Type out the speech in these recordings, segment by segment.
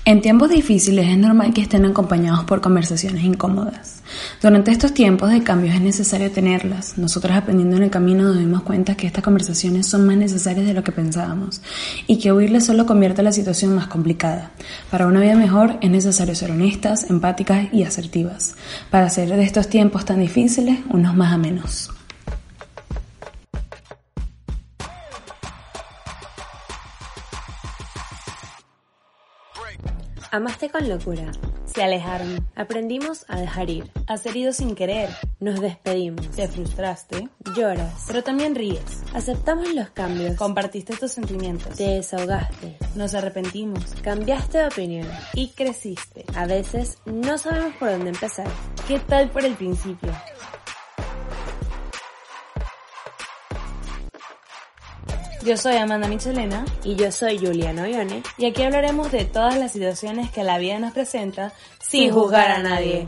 En tiempos difíciles es normal que estén acompañados por conversaciones incómodas. Durante estos tiempos de cambios es necesario tenerlas. Nosotros aprendiendo en el camino nos dimos cuenta que estas conversaciones son más necesarias de lo que pensábamos y que huirles solo convierte la situación más complicada. Para una vida mejor es necesario ser honestas, empáticas y asertivas para hacer de estos tiempos tan difíciles unos más amenos. Amaste con locura. Se alejaron. Aprendimos a dejar ir. Has herido sin querer. Nos despedimos. Te frustraste. Lloras. Pero también ríes. Aceptamos los cambios. Compartiste tus sentimientos. Te desahogaste. Nos arrepentimos. Cambiaste de opinión. Y creciste. A veces no sabemos por dónde empezar. ¿Qué tal por el principio? Yo soy Amanda Michelena. Y yo soy Juliana Ollone. Y aquí hablaremos de todas las situaciones que la vida nos presenta sin juzgar a nadie.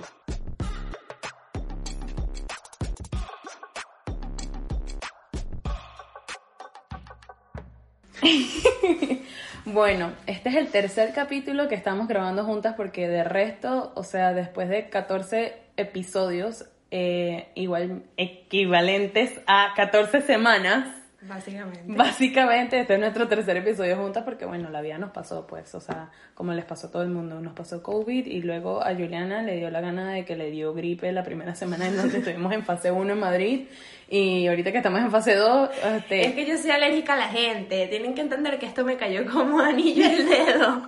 Bueno, este es el tercer capítulo que estamos grabando juntas porque de resto, o sea, después de 14 episodios, igual equivalentes a 14 semanas, Básicamente, este es nuestro tercer episodio juntas porque, bueno, la vida nos pasó, pues, o sea, como les pasó a todo el mundo, nos pasó COVID y luego a Juliana le dio la gana de que le dio gripe la primera semana en donde estuvimos en fase 1 en Madrid y ahorita que estamos en fase 2... Es que yo soy alérgica a la gente, tienen que entender que esto me cayó como anillo el dedo.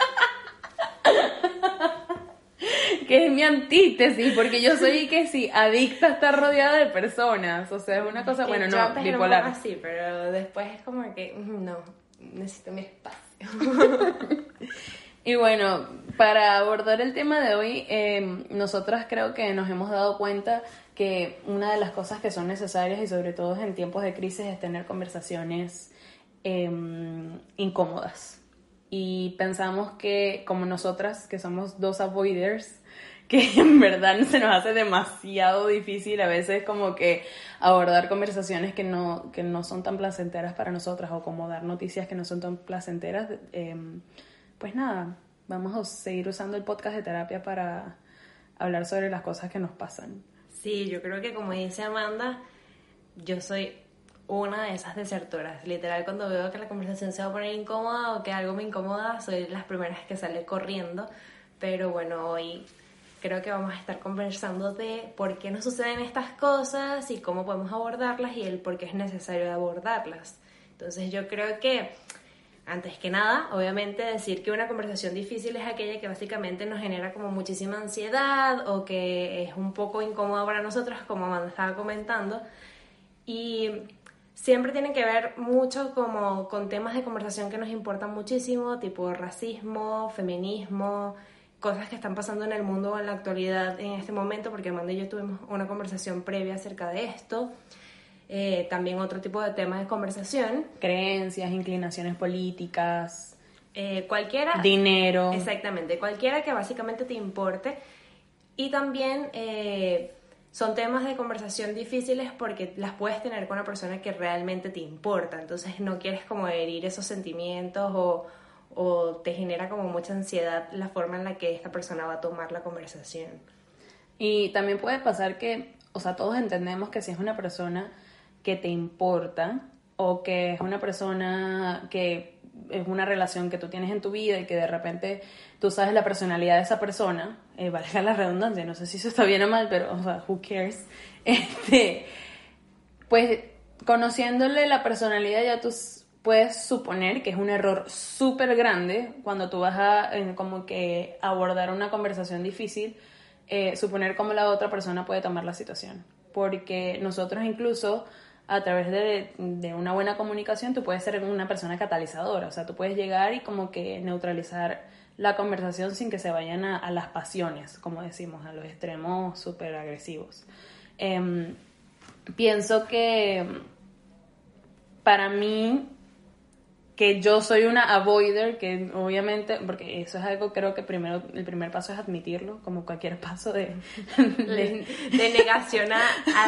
Que es mi antítesis, porque yo soy que sí, adicta a estar rodeada de personas, o sea, es una cosa, bueno, no, bipolar. Así, pero después es como que, no, necesito mi espacio. Y bueno, para abordar el tema de hoy, nosotras creo que nos hemos dado cuenta que una de las cosas que son necesarias y sobre todo en tiempos de crisis es tener conversaciones incómodas. Y pensamos que como nosotras, que somos dos avoiders, que en verdad se nos hace demasiado difícil a veces como que abordar conversaciones que no son tan placenteras para nosotras o como dar noticias que no son tan placenteras, pues nada, vamos a seguir usando el podcast de terapia para hablar sobre las cosas que nos pasan. Sí, yo creo que como dice Amanda, yo soy una de esas desertoras. Literal, cuando veo que la conversación se va a poner incómoda o que algo me incomoda, soy las primeras que sale corriendo. Pero bueno, hoy creo que vamos a estar conversando de por qué nos suceden estas cosas y cómo podemos abordarlas y el por qué es necesario abordarlas. Entonces yo creo que, antes que nada, obviamente decir que una conversación difícil es aquella que básicamente nos genera como muchísima ansiedad o que es un poco incómoda para nosotros, como Amanda estaba comentando. Y siempre tienen que ver mucho como con temas de conversación que nos importan muchísimo, tipo racismo, feminismo, cosas que están pasando en el mundo en la actualidad en este momento, porque Amanda y yo tuvimos una conversación previa acerca de esto. También otro tipo de temas de conversación. Creencias, inclinaciones políticas, cualquiera. Dinero. Exactamente, cualquiera que básicamente te importe. Y también son temas de conversación difíciles porque las puedes tener con una persona que realmente te importa. Entonces no quieres como herir esos sentimientos o te genera como mucha ansiedad la forma en la que esta persona va a tomar la conversación. Y también puede pasar que, o sea, todos entendemos que si es una persona que te importa o que es una persona que es una relación que tú tienes en tu vida y que de repente tú sabes la personalidad de esa persona, valga la redundancia, no sé si eso está bien o mal, pero, o sea, who cares, pues conociéndole la personalidad ya tú puedes suponer que es un error súper grande cuando tú vas a como que abordar una conversación difícil, suponer cómo la otra persona puede tomar la situación. Porque nosotros incluso a través de una buena comunicación tú puedes ser una persona catalizadora. O sea, tú puedes llegar y como que neutralizar la conversación sin que se vayan a las pasiones, como decimos, a los extremos súper agresivos. Pienso que para mí, que yo soy una avoider, que obviamente, porque eso es algo, creo que primero, el primer paso es admitirlo, como cualquier paso de negación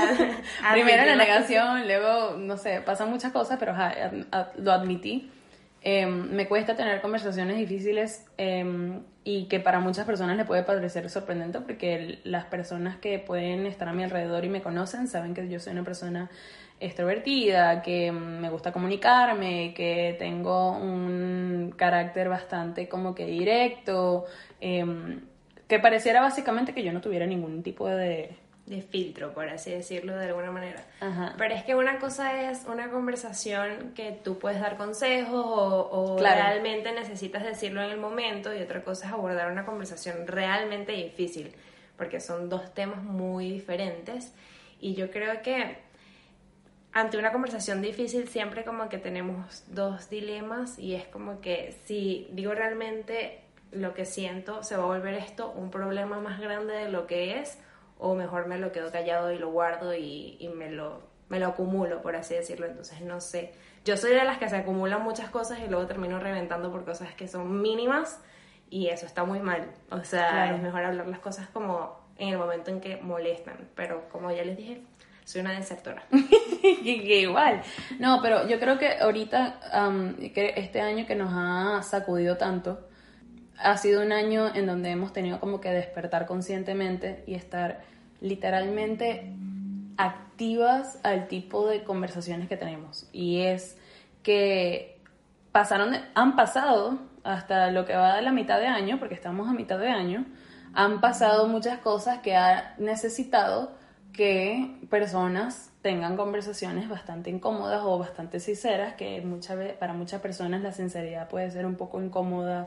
primero la negación, luego, no sé, pasan muchas cosas, pero lo admití. Me cuesta tener conversaciones difíciles y que para muchas personas le puede parecer sorprendente porque las personas que pueden estar a mi alrededor y me conocen saben que yo soy una persona extrovertida, que me gusta comunicarme, que tengo un carácter bastante como que directo, que pareciera básicamente que yo no tuviera ningún tipo de filtro, por así decirlo de alguna manera. Ajá. Pero es que una cosa es una conversación que tú puedes dar consejos o Claro. realmente necesitas decirlo en el momento, y otra cosa es abordar una conversación realmente difícil, porque son dos temas muy diferentes. Y yo creo que ante una conversación difícil siempre como que tenemos dos dilemas, y es como que si digo realmente lo que siento, se va a volver esto un problema más grande de lo que es, o mejor me lo quedo callado y lo guardo y me lo acumulo, por así decirlo. Entonces no sé, yo soy de las que se acumulan muchas cosas y luego termino reventando por cosas que son mínimas, y eso está muy mal. O sea, Claro. Es mejor hablar las cosas como en el momento en que molestan, pero como ya les dije, soy una desertora. Que igual. No, pero yo creo que ahorita, que este año que nos ha sacudido tanto, ha sido un año en donde hemos tenido como que despertar conscientemente y estar literalmente activas al tipo de conversaciones que tenemos. Y es que han pasado hasta lo que va de la mitad de año, porque estamos a mitad de año, han pasado muchas cosas que ha necesitado que personas tengan conversaciones bastante incómodas o bastante sinceras, que para muchas personas la sinceridad puede ser un poco incómoda,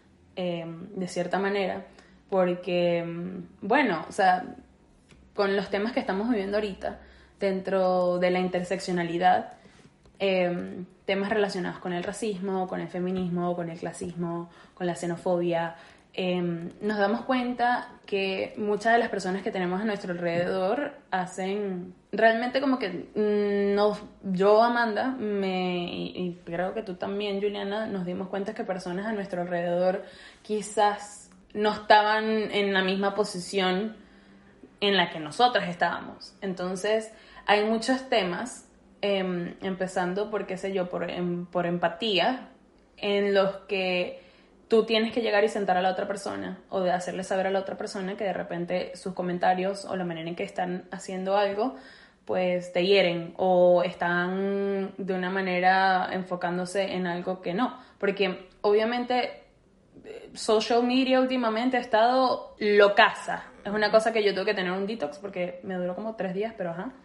de cierta manera, porque, bueno, o sea, con los temas que estamos viviendo ahorita, dentro de la interseccionalidad, temas relacionados con el racismo, con el feminismo, con el clasismo, con la xenofobia, nos damos cuenta que muchas de las personas que tenemos a nuestro alrededor hacen realmente como que yo, Amanda, y creo que tú también, Juliana, nos dimos cuenta que personas a nuestro alrededor quizás no estaban en la misma posición en la que nosotras estábamos. Entonces hay muchos temas, empezando por, qué sé yo, por empatía, en los que tú tienes que llegar y sentar a la otra persona, o de hacerle saber a la otra persona que de repente sus comentarios o la manera en que están haciendo algo pues te hieren, o están de una manera enfocándose en algo que no, porque obviamente social media últimamente ha estado locaza. Es una cosa que yo tengo que tener un detox porque me duró como 3 días, pero ajá.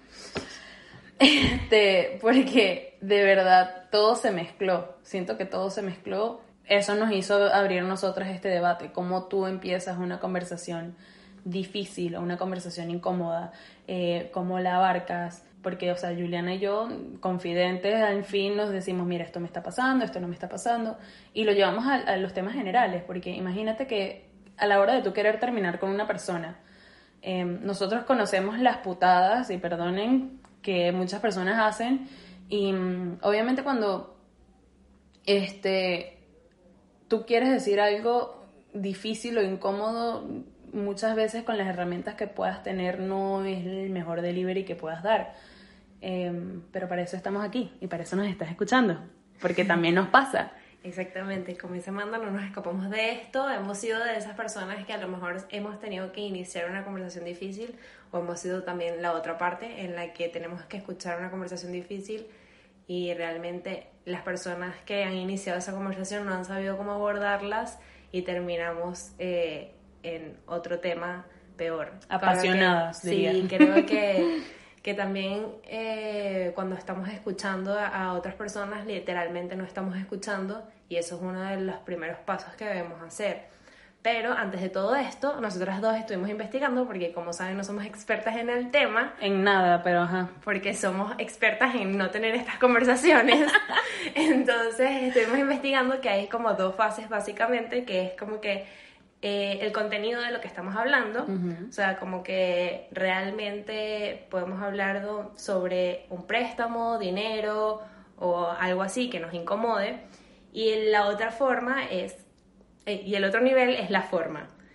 Porque de verdad todo se mezcló. Siento que todo se mezcló. Eso nos hizo abrir nosotras este debate. Cómo tú empiezas una conversación difícil o una conversación incómoda, cómo la abarcas. Porque, o sea, Juliana y yo, confidentes, al fin nos decimos, mira, esto me está pasando, esto no me está pasando. Y lo llevamos a los temas generales, porque imagínate que a la hora de tú querer terminar con una persona, nosotros conocemos las putadas, y perdonen, que muchas personas hacen, y obviamente cuando tú quieres decir algo difícil o incómodo, muchas veces con las herramientas que puedas tener no es el mejor delivery que puedas dar, pero para eso estamos aquí y para eso nos estás escuchando, porque también nos pasa. Exactamente, como dice Amanda, no nos escapamos de esto. Hemos sido de esas personas que a lo mejor hemos tenido que iniciar una conversación difícil, o hemos sido también la otra parte en la que tenemos que escuchar una conversación difícil y realmente las personas que han iniciado esa conversación no han sabido cómo abordarlas, y terminamos en otro tema peor. Apasionadas, diría. Sí, creo que también cuando estamos escuchando a otras personas, literalmente no estamos escuchando, y eso es uno de los primeros pasos que debemos hacer. Pero antes de todo esto, nosotras dos estuvimos investigando, porque como saben no somos expertas en el tema. En nada, pero ajá. Porque somos expertas en no tener estas conversaciones. Entonces estuvimos investigando que hay como 2 fases básicamente, que es como que el contenido de lo que estamos hablando, o sea, como que realmente podemos hablar sobre un préstamo, dinero o algo así que nos incomode, y la otra forma es, y el otro nivel es la forma.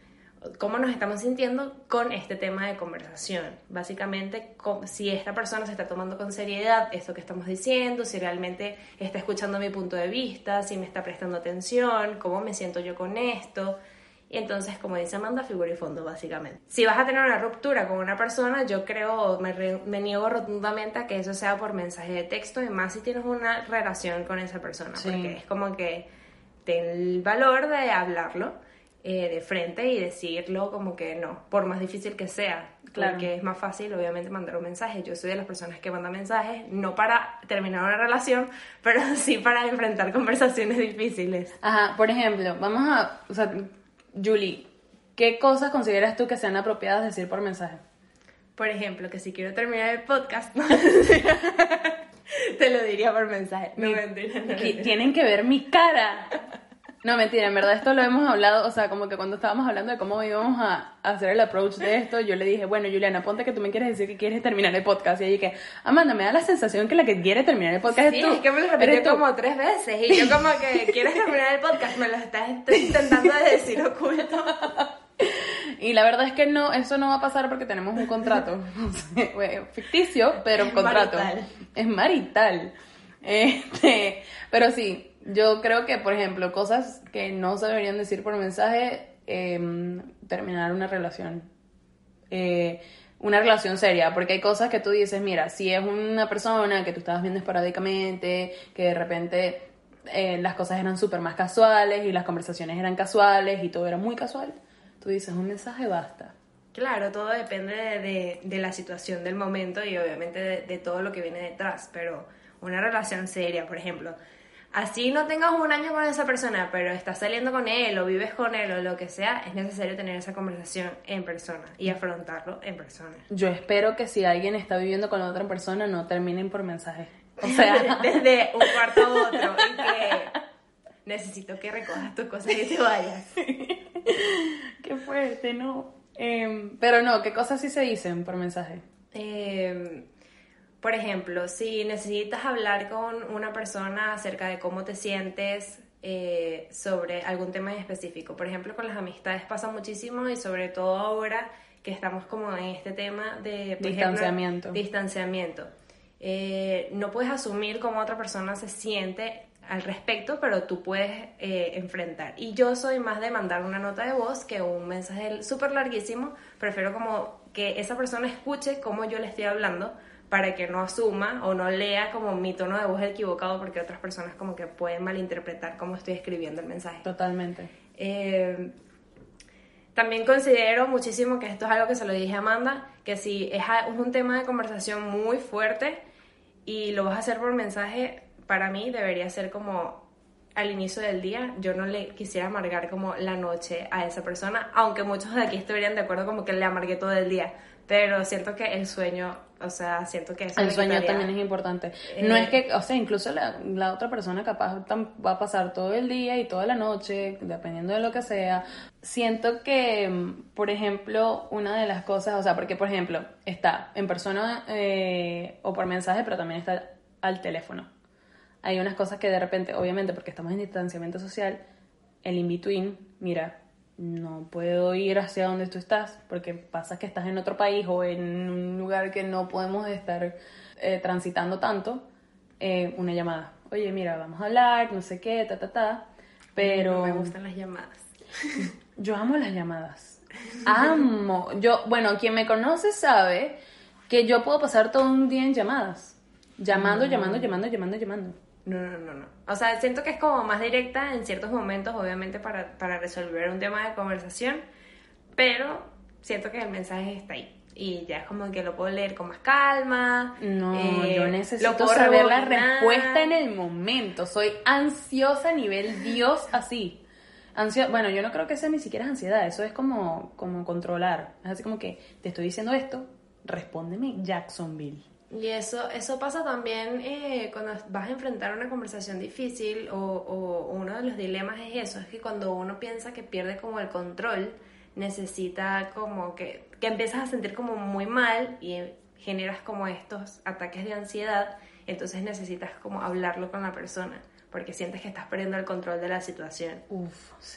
cómo nos estamos sintiendo con este tema de conversación. Básicamente, si esta persona se está tomando con seriedad esto que estamos diciendo, si realmente está escuchando mi punto de vista, si me está prestando atención, cómo me siento yo con esto. Y entonces, como dice Amanda, figura y fondo, básicamente. Si vas a tener una ruptura con una persona, yo creo, me niego rotundamente a que eso sea por mensaje de texto, y más si tienes una relación con esa persona, Sí. porque es como que ten el valor de hablarlo de frente y decirlo como que no, por más difícil que sea, Claro. porque es más fácil obviamente mandar un mensaje. Yo soy de las personas que manda mensajes no para terminar una relación, pero sí para enfrentar conversaciones difíciles. Ajá, por ejemplo, o sea, Julie, ¿qué cosas consideras tú que sean apropiadas decir por mensaje? Por ejemplo, que si quiero terminar el podcast, te lo diría por mensaje. No, mentira, no, mentira. Tienen que ver mi cara. No, mentira, en verdad esto lo hemos hablado, o sea, como que cuando estábamos hablando de cómo íbamos a hacer el approach de esto, yo le dije, bueno, Juliana, ponte que tú me quieres decir que quieres terminar el podcast. Y ella dije, Amanda, me da la sensación que la que quiere terminar el podcast Sí, es tú. es que me lo Eres repitió tú. como 3 veces y yo como que, ¿quieres terminar el podcast? Me lo estás intentando decir oculto. Y la verdad es que no, eso no va a pasar porque tenemos un contrato. Ficticio, pero un Es contrato. marital. Es marital. Pero sí, yo creo que, por ejemplo, cosas que no se deberían decir por mensaje, terminar una relación. Una relación seria, porque hay cosas que tú dices, mira, si es una persona que tú estabas viendo esporádicamente, que de repente las cosas eran súper más casuales y las conversaciones eran casuales y todo era muy casual, tú dices, un mensaje basta. Claro, todo depende de la situación del momento y obviamente de todo lo que viene detrás, pero una relación seria, por ejemplo, así no tengas un año con esa persona, pero estás saliendo con él o vives con él o lo que sea, es necesario tener esa conversación en persona y afrontarlo en persona. Yo espero que si alguien está viviendo con otra persona no terminen por mensaje. O sea, Desde un cuarto a otro y que necesito que recojas tus cosas y te vayas. qué fuerte, ¿no? Pero no, ¿qué cosas sí se dicen por mensaje? Por ejemplo, si necesitas hablar con una persona acerca de cómo te sientes sobre algún tema en específico, por ejemplo, con las amistades pasa muchísimo y sobre todo ahora que estamos como en este tema de por Distanciamiento. ejemplo, distanciamiento. No puedes asumir cómo otra persona se siente al respecto, pero tú puedes enfrentar. Y yo soy más de mandar una nota de voz que un mensaje súper larguísimo. Prefiero como que esa persona escuche cómo yo le estoy hablando para que no asuma o no lea como mi tono de voz equivocado, porque otras personas como que pueden malinterpretar cómo estoy escribiendo el mensaje. Totalmente. También considero muchísimo que esto es algo que se lo dije a Amanda, que si es un tema de conversación muy fuerte y lo vas a hacer por mensaje, para mí debería ser como al inicio del día. Yo no le quisiera amargar como la noche a esa persona, aunque muchos de aquí estarían de acuerdo como que le amargué todo el día, pero siento que el sueño, o sea, siento que eso El me sueño quitaría. también es importante. No es que, o sea, incluso la otra persona capaz va a pasar todo el día y toda la noche, dependiendo de lo que sea. Siento que, por ejemplo, una de las cosas, o sea, porque, por ejemplo, está en persona o por mensaje, pero también está al teléfono. Hay unas cosas que de repente, obviamente, porque estamos en distanciamiento social, el in-between, mira, no puedo ir hacia donde tú estás porque pasa que estás en otro país o en un lugar que no podemos estar transitando tanto, una llamada. Oye, mira, vamos a hablar, no sé qué, pero... No me gustan las llamadas. Yo amo las llamadas. Amo. Bueno, quien me conoce sabe que yo puedo pasar todo un día en llamadas. Llamando. No. O sea, siento que es como más directa en ciertos momentos, obviamente, para resolver un tema de conversación, pero siento que el mensaje está ahí. Y ya es como que lo puedo leer con más calma. No, yo lo necesito puedo saber la rebobinar. respuesta en el momento. Soy ansiosa a nivel Dios así. Bueno, yo no creo que sea ni siquiera ansiedad. Eso es como controlar. Es así como que te estoy diciendo esto, respóndeme Jacksonville. Y eso pasa también cuando vas a enfrentar una conversación difícil o uno de los dilemas es eso, es que cuando uno piensa que pierde como el control, necesita como que empiezas a sentir como muy mal y generas como estos ataques de ansiedad, entonces necesitas como hablarlo con la persona porque sientes que estás perdiendo el control de la situación. Uf, sí.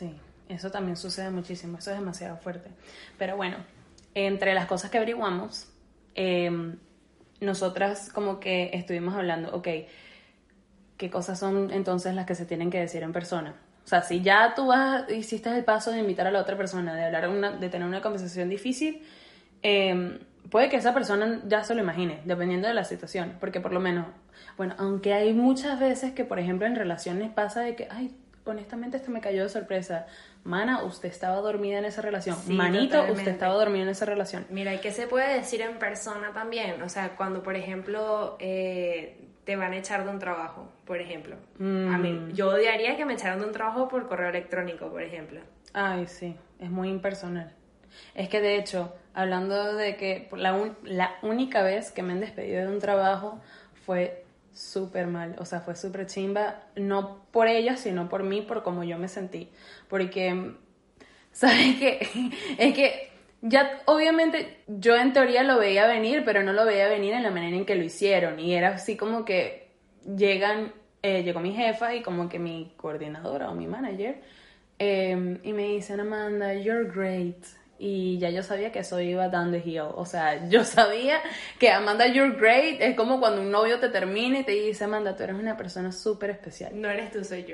Eso también sucede muchísimo, eso es demasiado fuerte. Pero bueno, entre las cosas que averiguamos, nosotras como que estuvimos hablando, ok, ¿qué cosas son entonces las que se tienen que decir en persona? O sea, si ya tú hiciste el paso de invitar a la otra persona, de tener una conversación difícil, puede que esa persona ya se lo imagine, dependiendo de la situación. Porque por lo menos, bueno, aunque hay muchas veces que, por ejemplo, en relaciones pasa de que, ay, honestamente esto me cayó de sorpresa. Mana, usted estaba dormida en esa relación. Sí, Manito, totalmente. usted estaba dormido en esa relación. Mira, ¿y qué se puede decir en persona también? O sea, cuando, por ejemplo, te van a echar de un trabajo, por ejemplo. A mí, yo odiaría que me echaran de un trabajo por correo electrónico, por ejemplo. Ay, sí, es muy impersonal. Es que de hecho, hablando de que la única vez que me han despedido de un trabajo fue súper mal, o sea, fue súper chimba, no por ella, sino por mí, por cómo yo me sentí. Porque, ¿sabes qué? Es que ya obviamente yo en teoría lo veía venir, pero no lo veía venir en la manera en que lo hicieron. Y era así como que llegó mi jefa y como que mi coordinadora o mi manager, y me dicen, Amanda, you're great. Y ya yo sabía que eso iba down the hill. O sea, yo sabía que Amanda, you're great es como cuando un novio te termina y te dice, Amanda, tú eres una persona súper especial. No eres tú, soy yo.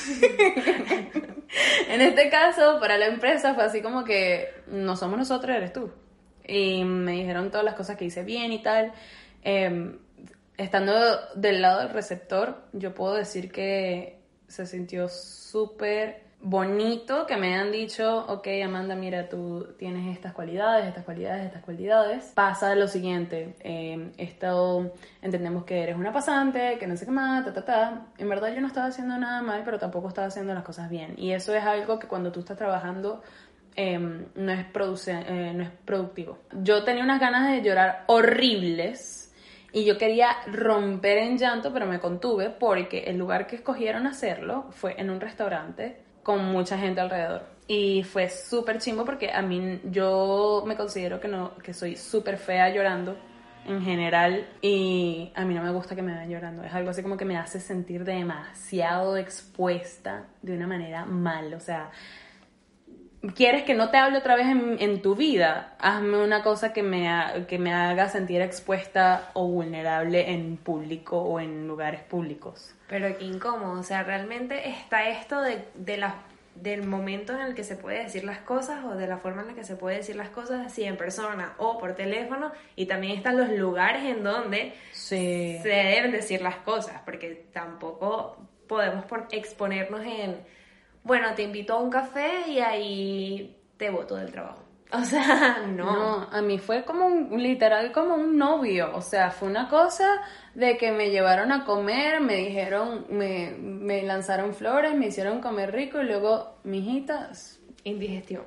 En este caso, para la empresa fue así como que no somos nosotros, eres tú. Y me dijeron todas las cosas que hice bien y tal. Estando del lado del receptor, yo puedo decir que se sintió súper bonito que me han dicho, ok, Amanda, mira, tú tienes estas cualidades, estas cualidades, estas cualidades. Pasa lo siguiente, entendemos que eres una pasante, que no sé qué más, En verdad yo no estaba haciendo nada mal, pero tampoco estaba haciendo las cosas bien. Y eso es algo que cuando tú estás trabajando no es productivo. Yo tenía unas ganas de llorar horribles. Y yo quería romper en llanto, pero me contuve porque el lugar que escogieron hacerlo fue en un restaurante con mucha gente alrededor. Y fue súper chimbo porque a mí, yo me considero que soy súper fea llorando en general y a mí no me gusta que me vean llorando. Es algo así como que me hace sentir demasiado expuesta de una manera mal. O sea, ¿quieres que no te hable otra vez en tu vida? Hazme una cosa que me haga sentir expuesta o vulnerable en público o en lugares públicos. Pero qué incómodo, o sea, realmente está esto del momento en el que se puede decir las cosas o de la forma en la que se puede decir las cosas, así en persona o por teléfono, y también están los lugares en donde Sí. se deben decir las cosas, porque tampoco podemos exponernos en, bueno, te invito a un café y ahí te boto del trabajo. O sea, no. A mí fue literal como un novio, o sea, fue una cosa de que me llevaron a comer, me dijeron, me lanzaron flores, me hicieron comer rico y luego, mijitas, Indigestión.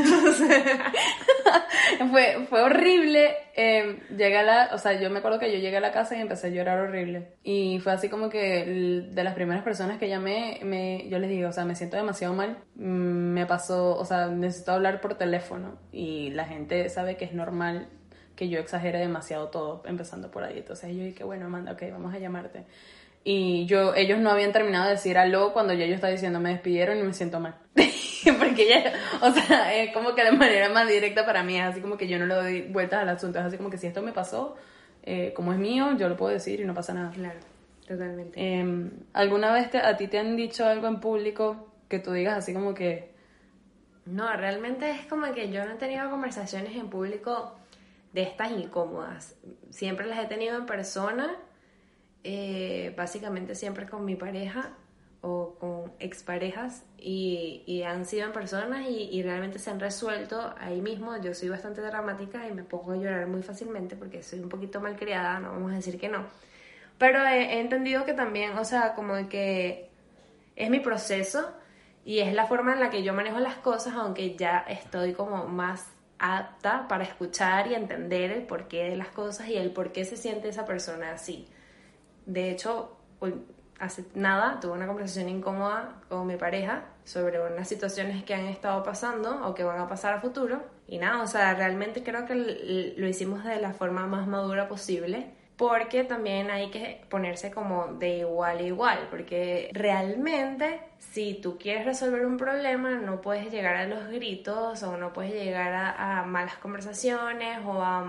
fue horrible. O sea, yo me acuerdo que yo llegué a la casa y empecé a llorar horrible. Y fue así como que de las primeras personas que llamé, yo les digo, o sea, me siento demasiado mal. Me pasó, o sea, necesito hablar por teléfono. Y la gente sabe que es normal que yo exagere demasiado todo, empezando por ahí. Entonces yo dije, bueno, Amanda, ok, vamos a llamarte. Y ellos no habían terminado de decir aló cuando ya yo estaba diciendo, me despidieron y me siento mal. Porque ya, o sea, es como que de manera más directa para mí, es así como que yo no le doy vueltas al asunto, es así como que si esto me pasó, como es mío, yo lo puedo decir y no pasa nada. Claro, totalmente. ¿Alguna vez a ti te han dicho algo en público que tú digas así como que... No, realmente es como que yo no he tenido conversaciones en público de estas incómodas. Siempre las he tenido en persona, básicamente siempre con mi pareja o con exparejas y han sido en personas y realmente se han resuelto ahí mismo. Yo soy bastante dramática y me pongo a llorar muy fácilmente porque soy un poquito malcriada, no vamos a decir que no. Pero he entendido que también, o sea, como que es mi proceso y es la forma en la que yo manejo las cosas, aunque ya estoy como más apta para escuchar y entender el porqué de las cosas y el por qué se siente esa persona así. De hecho, hace nada tuve una conversación incómoda con mi pareja sobre unas situaciones que han estado pasando o que van a pasar a futuro. Y nada, o sea, realmente creo que lo hicimos de la forma más madura posible. porque también hay que ponerse como de igual a igual, porque realmente si tú quieres resolver un problema no puedes llegar a los gritos o no puedes llegar a malas conversaciones o a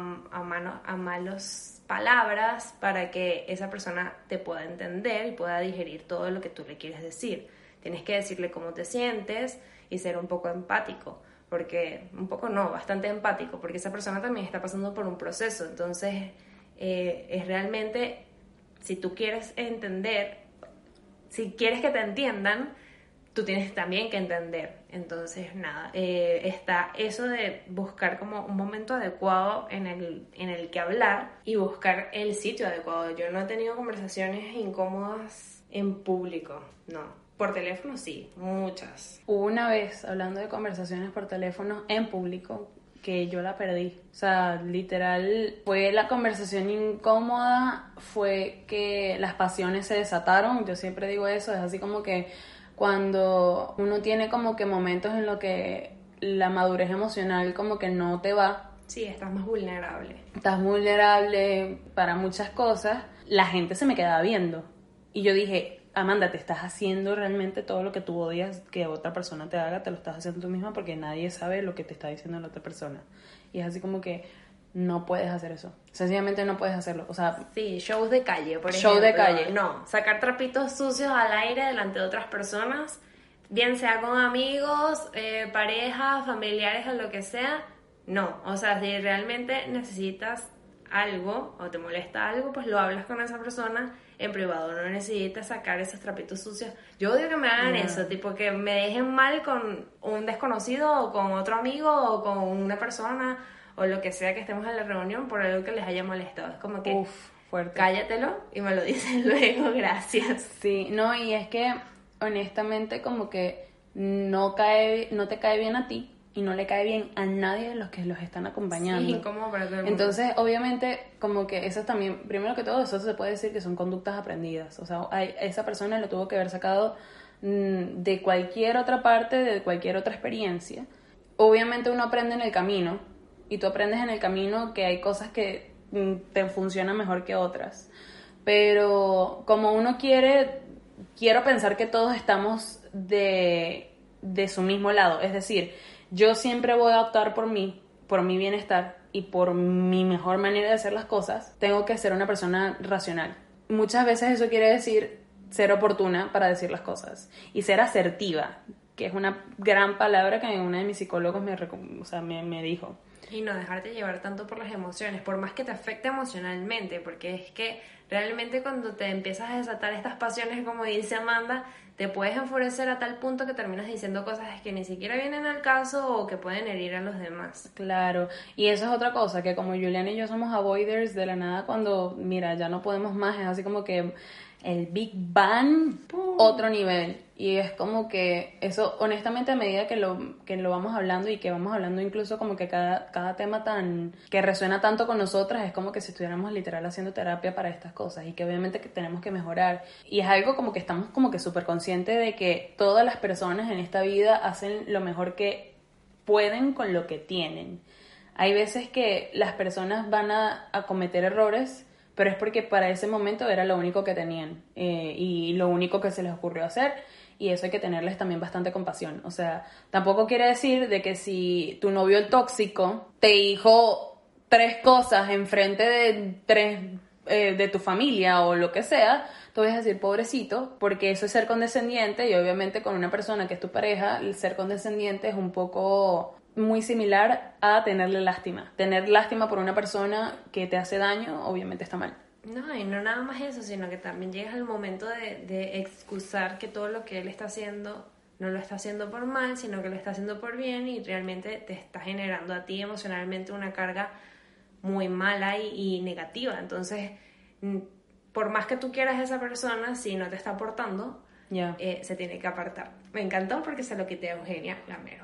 malas palabras para que esa persona te pueda entender y pueda digerir todo lo que tú le quieres decir. Tienes que decirle cómo te sientes y ser un poco empático, porque un poco no, bastante empático, porque esa persona también está pasando por un proceso. Entonces es realmente, si tú quieres entender, si quieres que te entiendan, tú tienes también que entender. Entonces nada, está eso de buscar como un momento adecuado en el que hablar y buscar el sitio adecuado. Yo no he tenido conversaciones incómodas en público, no. Por teléfono sí, muchas. Hubo una vez, hablando de conversaciones por teléfono en público, que yo la perdí. O sea, literal, fue la conversación incómoda, fue que las pasiones se desataron. Yo siempre digo eso, es así como que cuando uno tiene como que momentos en los que la madurez emocional como que no te va. Sí, estás más vulnerable. Estás vulnerable para muchas cosas. La gente se me quedaba viendo. Y yo dije, Amanda, te estás haciendo realmente todo lo que tú odias que otra persona te haga, te lo estás haciendo tú misma porque nadie sabe lo que te está diciendo la otra persona. Y es así como que no puedes hacer eso. Sencillamente no puedes hacerlo. O sea, sí, shows de calle, por ejemplo. Show de calle. No, sacar trapitos sucios al aire delante de otras personas, bien sea con amigos, parejas, familiares o lo que sea. No, o sea, si realmente necesitas algo o te molesta algo, pues lo hablas con esa persona en privado, no necesitas sacar esos trapitos sucios. Yo odio que me hagan eso, tipo que me dejen mal con un desconocido o con otro amigo o con una persona o lo que sea que estemos en la reunión por algo que les haya molestado. Es como que, fuerte. Cállatelo y me lo dices luego, gracias. Sí, no, y es que honestamente como que no te cae bien a ti y no le cae bien a nadie de los que los están acompañando. Sí, incómodo para todo el mundo. Entonces, obviamente, como que eso también, primero que todo, eso se puede decir que son conductas aprendidas. O sea, esa persona lo tuvo que haber sacado de cualquier otra parte, de cualquier otra experiencia. Obviamente uno aprende en el camino, y tú aprendes en el camino que hay cosas que te funcionan mejor que otras. Pero como uno quiero pensar que todos estamos de su mismo lado. Es decir, yo siempre voy a optar por mi bienestar y por mi mejor manera de hacer las cosas. Tengo que ser una persona racional. Muchas veces eso quiere decir ser oportuna para decir las cosas y ser asertiva, que es una gran palabra que una de mis psicólogos me dijo. Y no dejarte llevar tanto por las emociones, por más que te afecte emocionalmente, porque es que realmente cuando te empiezas a desatar estas pasiones, como dice Amanda, te puedes enfurecer a tal punto que terminas diciendo cosas que ni siquiera vienen al caso o que pueden herir a los demás. Claro, y eso es otra cosa, que como Juliana y yo somos avoiders de la nada, cuando, mira, ya no podemos más, es así como que el Big Bang, otro nivel. Y es como que eso, honestamente, a medida que lo vamos hablando y que vamos hablando incluso como que cada tema que resuena tanto con nosotras, es como que si estuviéramos literal haciendo terapia para estas cosas y que obviamente que tenemos que mejorar. Y es algo como que estamos como que súper conscientes de que todas las personas en esta vida hacen lo mejor que pueden con lo que tienen. Hay veces que las personas van a cometer errores, pero es porque para ese momento era lo único que tenían y lo único que se les ocurrió hacer. Y eso hay que tenerles también bastante compasión. O sea, tampoco quiere decir de que si tu novio el tóxico te dijo 3 cosas enfrente de 3 de tu familia o lo que sea, tú vas a decir pobrecito, porque eso es ser condescendiente. Y obviamente con una persona que es tu pareja, el ser condescendiente es un poco muy similar a tenerle lástima. Tener lástima por una persona que te hace daño, obviamente está mal. No, y no nada más eso, sino que también llegas al momento de excusar que todo lo que él está haciendo no lo está haciendo por mal, sino que lo está haciendo por bien y realmente te está generando a ti emocionalmente una carga muy mala y negativa. Entonces, por más que tú quieras a esa persona, si no te está aportando, se tiene que apartar. Me encantó porque se lo quité a Eugenia Gamero.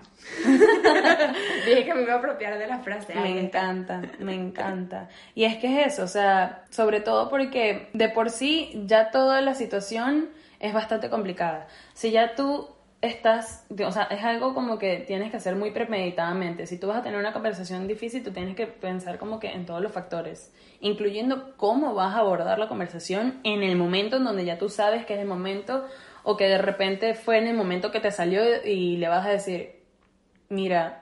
Dije que me iba a apropiar de la frase. Me encanta. Y es que es eso, o sea, sobre todo porque de por sí ya toda la situación es bastante complicada. Si ya tú o sea, es algo como que tienes que hacer muy premeditadamente. Si tú vas a tener una conversación difícil, tú tienes que pensar como que en todos los factores, incluyendo cómo vas a abordar la conversación en el momento en donde ya tú sabes que es el momento, o que de repente fue en el momento que te salió y le vas a decir, mira,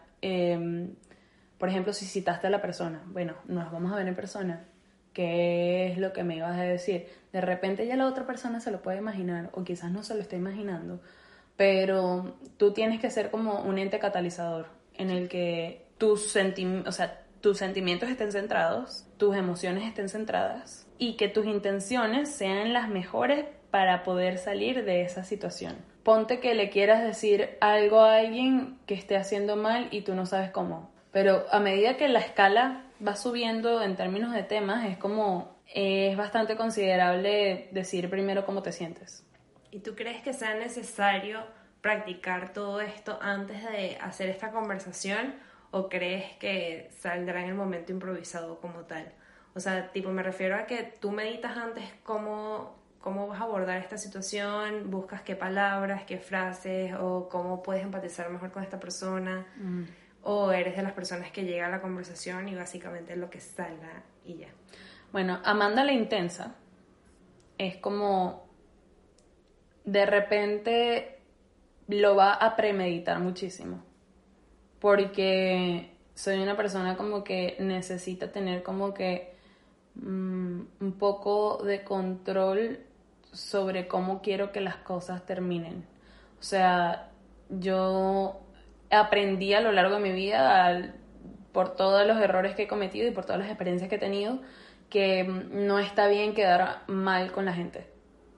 por ejemplo, si citaste a la persona, bueno, nos vamos a ver en persona, ¿qué es lo que me ibas a decir? De repente ya la otra persona se lo puede imaginar, o quizás no se lo esté imaginando, pero tú tienes que ser como un ente catalizador en el que o sea, tus sentimientos estén centrados, tus emociones estén centradas y que tus intenciones sean las mejores para poder salir de esa situación. Ponte que le quieras decir algo a alguien que esté haciendo mal y tú no sabes cómo, pero a medida que la escala va subiendo en términos de temas, es bastante considerable decir primero cómo te sientes. ¿Y tú crees que sea necesario practicar todo esto antes de hacer esta conversación o crees que saldrá en el momento improvisado como tal? O sea, tipo, me refiero a que tú meditas antes cómo vas a abordar esta situación, buscas qué palabras, qué frases o cómo puedes empatizar mejor con esta persona, o eres de las personas que llega a la conversación y básicamente lo que salga y ya. Bueno, Amanda la intensa es como de repente lo va a premeditar muchísimo, porque soy una persona como que necesita tener como que un poco de control sobre cómo quiero que las cosas terminen. O sea, yo aprendí a lo largo de mi vida, por todos los errores que he cometido y por todas las experiencias que he tenido, que no está bien quedar mal con la gente.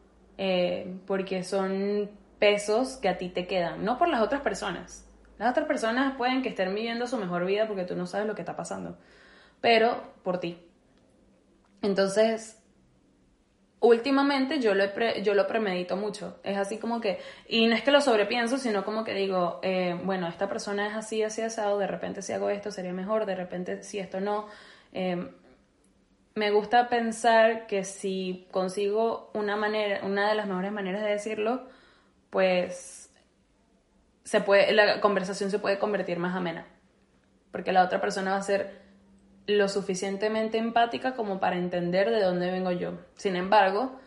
Porque son pesos que a ti te quedan, no por las otras personas. Las otras personas pueden que estén viviendo su mejor vida porque tú no sabes lo que está pasando, pero por ti. Entonces, últimamente yo lo premedito mucho. Es así como que, y no es que lo sobrepienso, sino como que digo, bueno, esta persona es así, así, asado, de repente si hago esto sería mejor, de repente si esto no. Me gusta pensar que si consigo una de las mejores maneras de decirlo, pues la conversación se puede convertir más amena. Porque la otra persona va a ser lo suficientemente empática como para entender de dónde vengo yo. Sin embargo,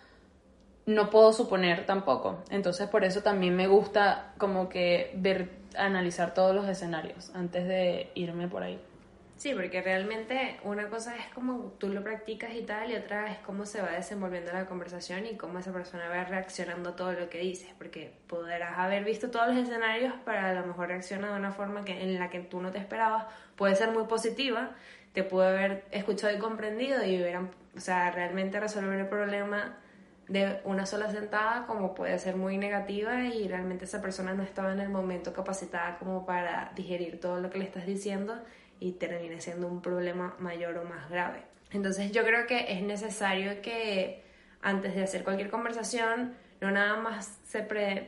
no puedo suponer tampoco. Entonces, por eso también me gusta como que analizar todos los escenarios antes de irme por ahí. Sí, porque realmente una cosa es como tú lo practicas y tal, y otra es cómo se va desenvolviendo la conversación y cómo esa persona va reaccionando a todo lo que dices, porque podrás haber visto todos los escenarios, pero a lo mejor reacciona de una forma en la que tú no te esperabas, puede ser muy positiva, te puede haber escuchado y comprendido y o sea, realmente resolver el problema de una sola sentada, como puede ser muy negativa y realmente esa persona no estaba en el momento capacitada como para digerir todo lo que le estás diciendo y termine siendo un problema mayor o más grave. Entonces yo creo que es necesario que antes de hacer cualquier conversación no nada más se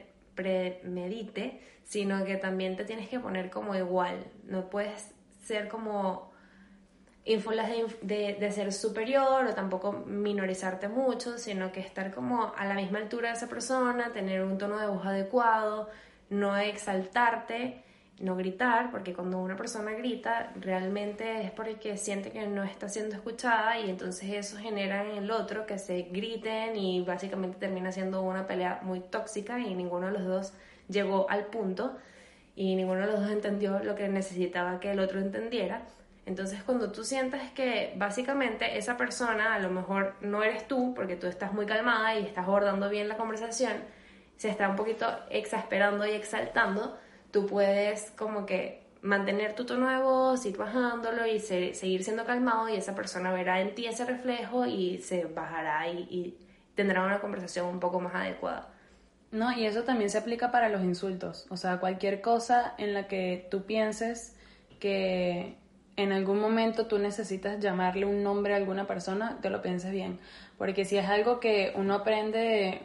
premedite, sino que también te tienes que poner como igual. No puedes ser como ínfulas de ser superior o tampoco minorizarte mucho, sino que estar como a la misma altura de esa persona, tener un tono de voz adecuado, no exaltarte, no gritar, porque cuando una persona grita realmente es porque siente que no está siendo escuchada y entonces eso genera en el otro que se griten y básicamente termina siendo una pelea muy tóxica y ninguno de los dos llegó al punto y ninguno de los dos entendió lo que necesitaba que el otro entendiera. Entonces cuando tú sientas que básicamente esa persona, a lo mejor no eres tú, porque tú estás muy calmada y estás abordando bien la conversación, se está un poquito exasperando y exaltando, tú puedes como que mantener tu tono de voz, ir bajándolo y seguir siendo calmado y esa persona verá en ti ese reflejo y se bajará y tendrá una conversación un poco más adecuada. No, y eso también se aplica para los insultos. O sea, cualquier cosa en la que tú pienses que en algún momento tú necesitas llamarle un nombre a alguna persona, te lo pienses bien. Porque si es algo que uno aprende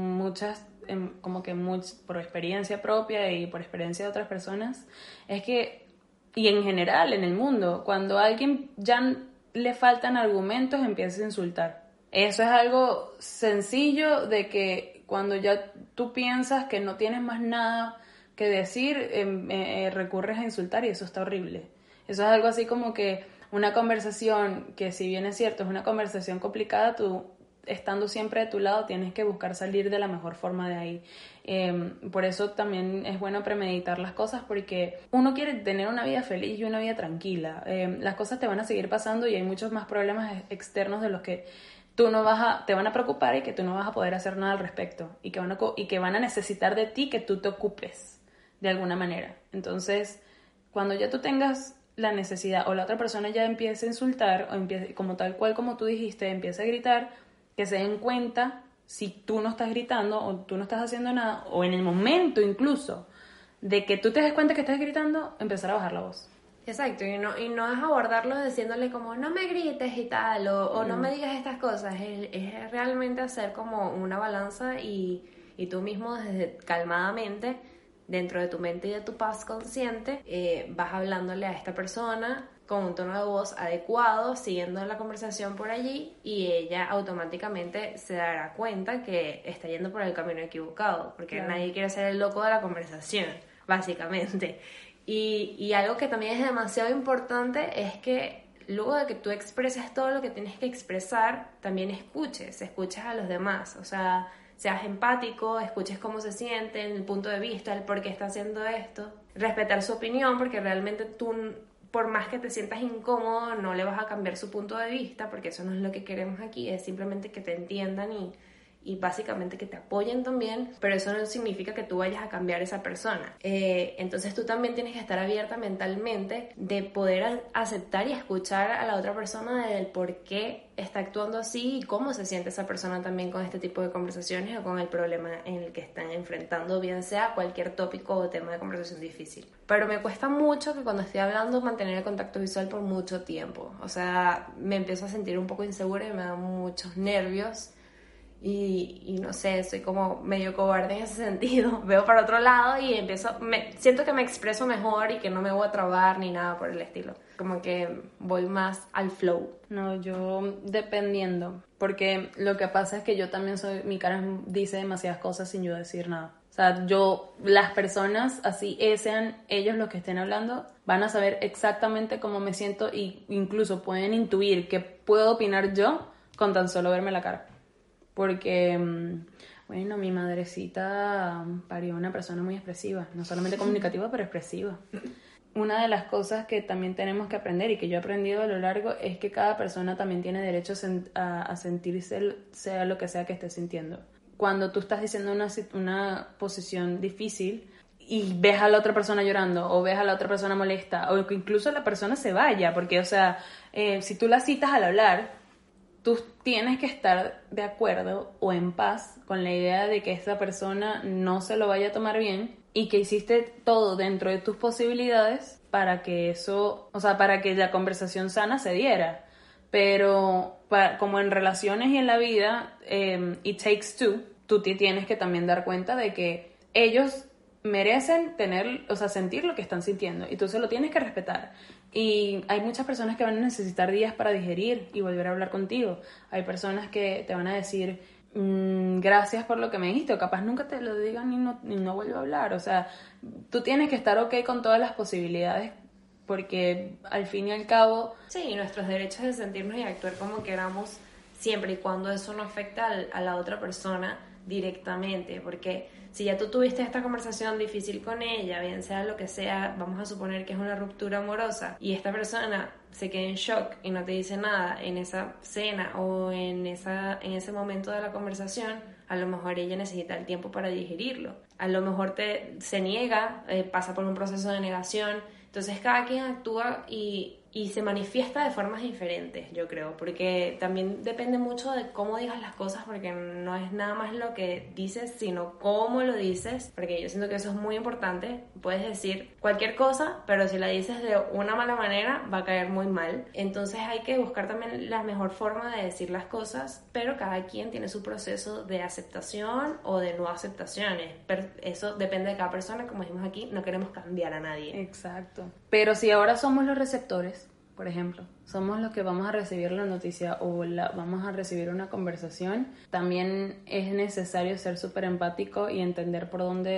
por experiencia propia y por experiencia de otras personas, es que, y en general en el mundo, cuando a alguien ya le faltan argumentos, empieza a insultar. Eso es algo sencillo de que cuando ya tú piensas que no tienes más nada que decir, recurres a insultar y eso está horrible. Eso es algo así como que una conversación que, si bien es cierto, es una conversación complicada, tú, estando siempre de tu lado, tienes que buscar salir de la mejor forma de ahí. Por eso también es bueno premeditar las cosas, porque uno quiere tener una vida feliz y una vida tranquila. Las cosas te van a seguir pasando y hay muchos más problemas externos de los que te van a preocupar y que tú no vas a poder hacer nada al respecto, y que van a necesitar de ti que tú te ocupes de alguna manera. Entonces, cuando ya tú tengas la necesidad o la otra persona ya empiece a insultar o empiece, como tal cual como tú dijiste, empiece a gritar, que se den cuenta si tú no estás gritando o tú no estás haciendo nada, o en el momento incluso de que tú te des cuenta que estás gritando, empezar a bajar la voz. Exacto, y no es abordarlo diciéndole como no me grites y tal, o no me digas estas cosas, es realmente hacer como una balanza y tú mismo desde calmadamente, dentro de tu mente y de tu paz consciente, vas hablándole a esta persona con un tono de voz adecuado, siguiendo la conversación por allí, y ella automáticamente se dará cuenta que está yendo por el camino equivocado, porque Claro. nadie quiere ser el loco de la conversación, básicamente. Y algo que también es demasiado importante es que luego de que tú expreses todo lo que tienes que expresar, también escuches a los demás, o sea, seas empático, escuches cómo se sienten, el punto de vista, el por qué está haciendo esto, respetar su opinión, porque realmente tú, por más que te sientas incómodo, no le vas a cambiar su punto de vista, porque eso no es lo que queremos aquí, es simplemente que te entiendan y básicamente que te apoyen también, pero eso no significa que tú vayas a cambiar esa persona. Entonces tú también tienes que estar abierta mentalmente de poder aceptar y escuchar a la otra persona del por qué está actuando así y cómo se siente esa persona también con este tipo de conversaciones o con el problema en el que están enfrentando, bien sea cualquier tópico o tema de conversación difícil. Pero me cuesta mucho que cuando estoy hablando mantener el contacto visual por mucho tiempo. O sea, me empiezo a sentir un poco insegura y me dan muchos nervios. Y no sé, soy como medio cobarde en ese sentido. Veo para otro lado y siento que me expreso mejor y que no me voy a trabar ni nada por el estilo. Como que voy más al flow. No, yo dependiendo, porque lo que pasa es que yo también mi cara dice demasiadas cosas sin yo decir nada. O sea, las personas, así sean ellos los que estén hablando, van a saber exactamente cómo me siento e incluso pueden intuir qué puedo opinar yo con tan solo verme la cara. Porque, bueno, mi madrecita parió una persona muy expresiva, no solamente comunicativa, pero expresiva. Una de las cosas que también tenemos que aprender y que yo he aprendido a lo largo es que cada persona también tiene derecho a sentirse, sea lo que sea que esté sintiendo. Cuando tú estás diciendo una posición difícil y ves a la otra persona llorando o ves a la otra persona molesta o que incluso la persona se vaya, porque, o sea, si tú la citas al hablar, tú tienes que estar de acuerdo o en paz con la idea de que esa persona no se lo vaya a tomar bien y que hiciste todo dentro de tus posibilidades para que eso, o sea, para que la conversación sana se diera. Pero como en relaciones y en la vida, it takes two, tú te tienes que también dar cuenta de que ellos merecen sentir lo que están sintiendo y tú se lo tienes que respetar. Y hay muchas personas que van a necesitar días para digerir y volver a hablar contigo. Hay personas que te van a decir gracias por lo que me dijiste, o capaz nunca te lo digan y no vuelvo a hablar. O sea, tú tienes que estar ok con todas las posibilidades, porque al fin y al cabo... Sí, nuestros derechos de sentirnos y actuar como queramos, siempre y cuando eso no afecta a la otra persona directamente, porque si ya tú tuviste esta conversación difícil con ella, bien sea lo que sea, vamos a suponer que es una ruptura amorosa y esta persona se queda en shock y no te dice nada en esa cena o en ese momento de la conversación, a lo mejor ella necesita el tiempo para digerirlo, a lo mejor se niega, pasa por un proceso de negación. Entonces cada quien actúa y se manifiesta de formas diferentes, yo creo, porque también depende mucho de cómo digas las cosas, porque no es nada más lo que dices, sino cómo lo dices, porque yo siento que eso es muy importante. Puedes decir cualquier cosa, pero si la dices de una mala manera, va a caer muy mal. Entonces hay que buscar también la mejor forma de decir las cosas, pero cada quien tiene su proceso de aceptación o de no aceptaciones. Pero eso depende de cada persona, como dijimos aquí, no queremos cambiar a nadie. Exacto. Pero si ahora somos los receptores, por ejemplo, somos los que vamos a recibir la noticia o vamos a recibir una conversación, también es necesario ser súper empático y entender por dónde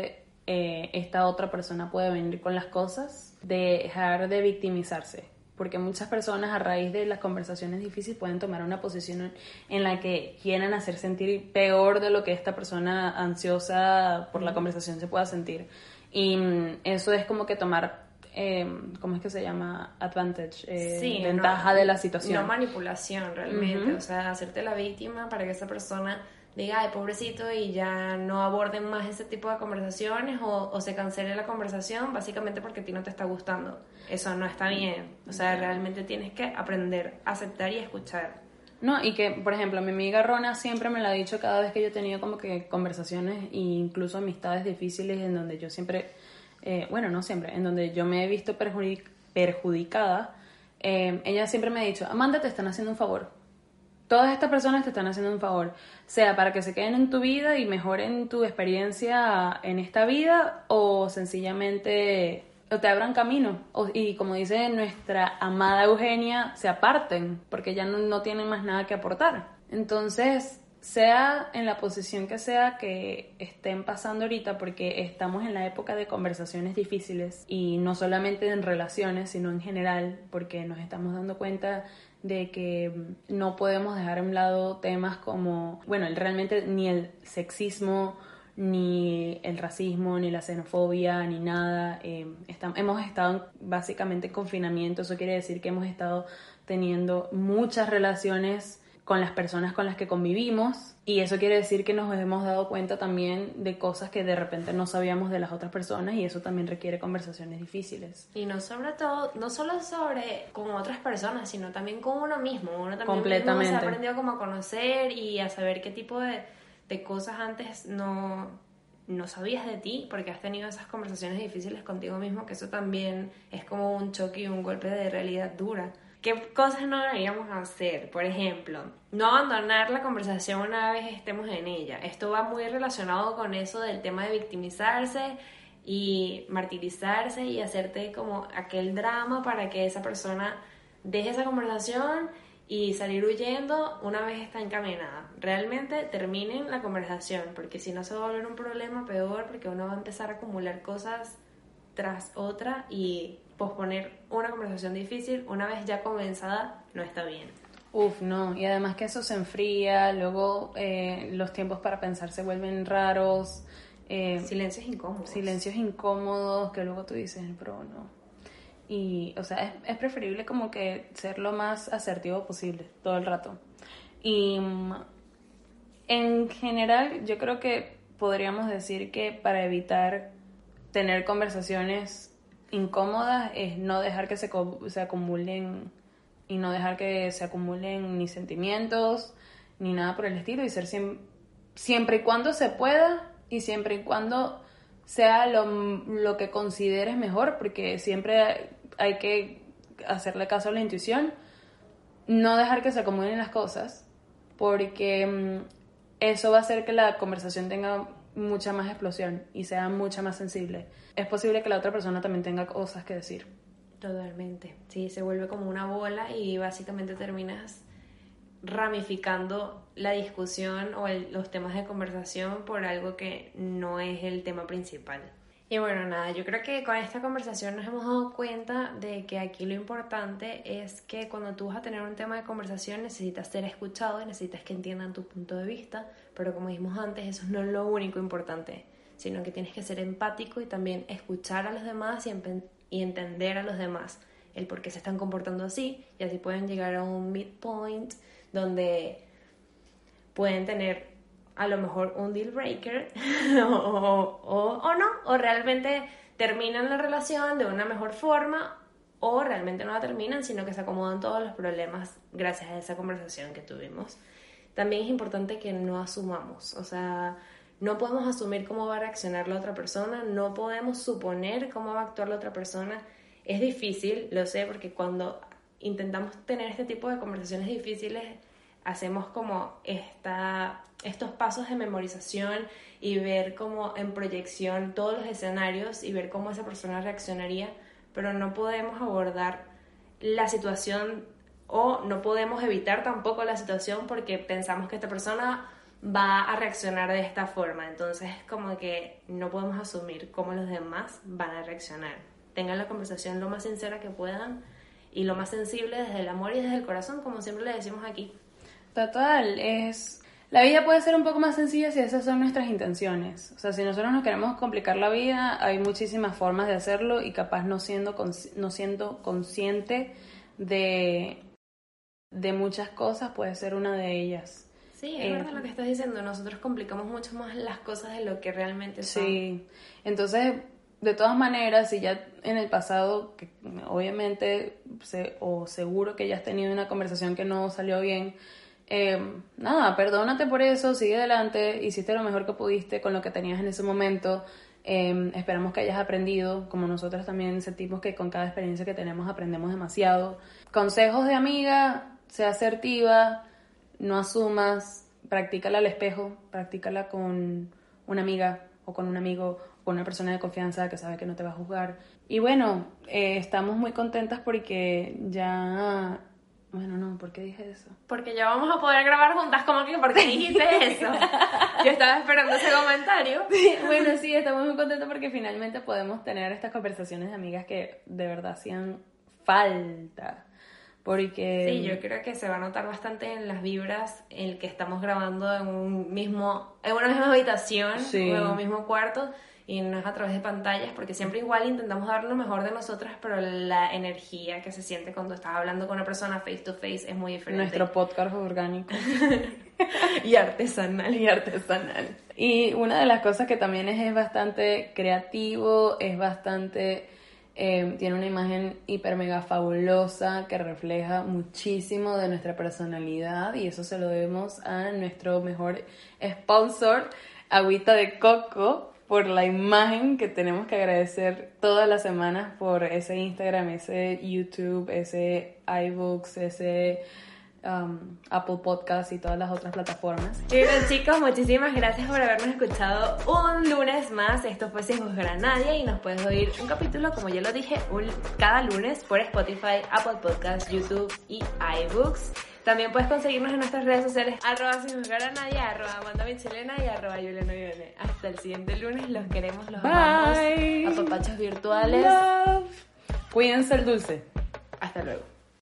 esta otra persona puede venir con las cosas, dejar de victimizarse. Porque muchas personas a raíz de las conversaciones difíciles pueden tomar una posición en la que quieran hacer sentir peor de lo que esta persona ansiosa por la conversación se pueda sentir. Y eso es como que tomar, ¿cómo es que se llama? Advantage, Sí, ventaja de la situación. No manipulación realmente, o sea, hacerte la víctima para que esa persona diga, ay, pobrecito, y ya no aborden más ese tipo de conversaciones o se cancele la conversación básicamente porque a ti no te está gustando. Eso no está bien. O sea, realmente tienes que aprender a aceptar y escuchar. No, y que, por ejemplo, mi amiga Rona siempre me lo ha dicho cada vez que yo he tenido como que conversaciones e incluso amistades difíciles en donde yo siempre, bueno, no siempre, en donde yo me he visto perjudicada, ella siempre me ha dicho, Amanda, te están haciendo un favor. Todas estas personas te están haciendo un favor, sea para que se queden en tu vida y mejoren tu experiencia en esta vida o sencillamente o te abran camino y como dice nuestra amada Eugenia, se aparten porque ya no tienen más nada que aportar. Entonces, sea en la posición que sea que estén pasando ahorita, porque estamos en la época de conversaciones difíciles y no solamente en relaciones, sino en general, porque nos estamos dando cuenta de que no podemos dejar a un lado temas como, bueno, realmente ni el sexismo, ni el racismo, ni la xenofobia, ni nada. Hemos estado básicamente en confinamiento, eso quiere decir que hemos estado teniendo muchas relaciones con las personas con las que convivimos y eso quiere decir que nos hemos dado cuenta también de cosas que de repente no sabíamos de las otras personas y eso también requiere conversaciones difíciles. Y no sobre todo, no solo sobre con otras personas, sino también con uno mismo. Uno también Completamente. mismo se ha aprendido como a conocer y a saber qué tipo de cosas antes no sabías de ti porque has tenido esas conversaciones difíciles contigo mismo, que eso también es como un choque y un golpe de realidad dura. ¿Qué cosas no deberíamos hacer? Por ejemplo, no abandonar la conversación una vez estemos en ella. Esto va muy relacionado con eso del tema de victimizarse y martirizarse y hacerte como aquel drama para que esa persona deje esa conversación y salir huyendo una vez está encaminada. Realmente terminen la conversación, porque si no se va a volver un problema peor, porque uno va a empezar a acumular cosas tras otra y posponer una conversación difícil una vez ya comenzada no está bien. Uf, no, y además que eso se enfría, luego los tiempos para pensar se vuelven raros. Silencios incómodos. Silencios incómodos que luego tú dices, bro, no. Y, o sea, es preferible como que ser lo más asertivo posible todo el rato. Y en general, yo creo que podríamos decir que para evitar tener conversaciones incómodas es no dejar que se acumulen y no dejar que se acumulen ni sentimientos ni nada por el estilo y ser siempre y cuando se pueda y siempre y cuando sea lo que consideres mejor, porque siempre hay que hacerle caso a la intuición, no dejar que se acumulen las cosas, porque eso va a hacer que la conversación tenga mucha más explosión y sea mucha más sensible. Es posible que la otra persona también tenga cosas que decir. Totalmente. Sí, se vuelve como una bola y básicamente terminas ramificando la discusión o los temas de conversación por algo que no es el tema principal. Y bueno, nada, yo creo que con esta conversación nos hemos dado cuenta de que aquí lo importante es que cuando tú vas a tener un tema de conversación necesitas ser escuchado y necesitas que entiendan tu punto de vista, pero como dijimos antes, eso no es lo único importante, sino que tienes que ser empático y también escuchar a los demás y entender a los demás el por qué se están comportando así, y así pueden llegar a un midpoint donde pueden tener a lo mejor un deal breaker o no, o realmente terminan la relación de una mejor forma o realmente no la terminan, sino que se acomodan todos los problemas gracias a esa conversación que tuvimos. También es importante que no asumamos, o sea, no podemos asumir cómo va a reaccionar la otra persona, no podemos suponer cómo va a actuar la otra persona. Es difícil, lo sé, porque cuando intentamos tener este tipo de conversaciones difíciles hacemos como estos pasos de memorización y ver como en proyección todos los escenarios y ver cómo esa persona reaccionaría, pero no podemos abordar la situación o no podemos evitar tampoco la situación porque pensamos que esta persona va a reaccionar de esta forma. Entonces, como que no podemos asumir cómo los demás van a reaccionar. Tengan la conversación lo más sincera que puedan y lo más sensible desde el amor y desde el corazón, como siempre le decimos aquí. Total, la vida puede ser un poco más sencilla si esas son nuestras intenciones. O sea, si nosotros nos queremos complicar la vida, hay muchísimas formas de hacerlo y capaz no siendo consciente de muchas cosas puede ser una de ellas. Sí, es verdad lo que estás diciendo. Nosotros complicamos mucho más las cosas de lo que realmente son. Sí, entonces, de todas maneras, si ya en el pasado, que obviamente, o seguro que ya has tenido una conversación que no salió bien, nada, perdónate por eso, sigue adelante, hiciste lo mejor que pudiste con lo que tenías en ese momento. Esperamos que hayas aprendido, como nosotros también sentimos que con cada experiencia que tenemos aprendemos demasiado. Consejos de amiga, sea asertiva, no asumas, practícala al espejo, practícala con una amiga o con un amigo o con una persona de confianza que sabe que no te va a juzgar. Y bueno, estamos muy contentas porque ya... Bueno, no, ¿por qué dije eso? Porque ya vamos a poder grabar juntas, ¿cómo que por qué dijiste eso? Yo estaba esperando ese comentario. Bueno, sí, estamos muy contentos porque finalmente podemos tener estas conversaciones de amigas que de verdad hacían falta. Porque... Sí, yo creo que se va a notar bastante en las vibras en el que estamos grabando en una misma habitación, sí, o en un mismo cuarto, y no es a través de pantallas, porque siempre igual intentamos dar lo mejor de nosotras, pero la energía que se siente cuando estás hablando con una persona face to face es muy diferente. Nuestro podcast orgánico. Y artesanal. Y artesanal. Y una de las cosas que también es bastante creativo, es bastante... tiene una imagen hiper mega fabulosa que refleja muchísimo de nuestra personalidad y eso se lo debemos a nuestro mejor sponsor, Agüita de Coco, por la imagen que tenemos que agradecer todas las semanas por ese Instagram, ese YouTube, ese iBooks, ese Apple Podcast y todas las otras plataformas. Y bien, chicos, muchísimas gracias por habernos escuchado un lunes más. Esto fue Sin Juzgar a Nadie y nos puedes oír un capítulo, como ya lo dije, cada lunes por Spotify, Apple Podcasts, YouTube y iBooks. También puedes conseguirnos en nuestras redes sociales @Sin Juzgar a Nadie, @AmandaMichelena y @YulianoIone. Hasta el siguiente lunes, los queremos, los amamos. Apapachos virtuales. Love. Cuídense el dulce. Hasta luego.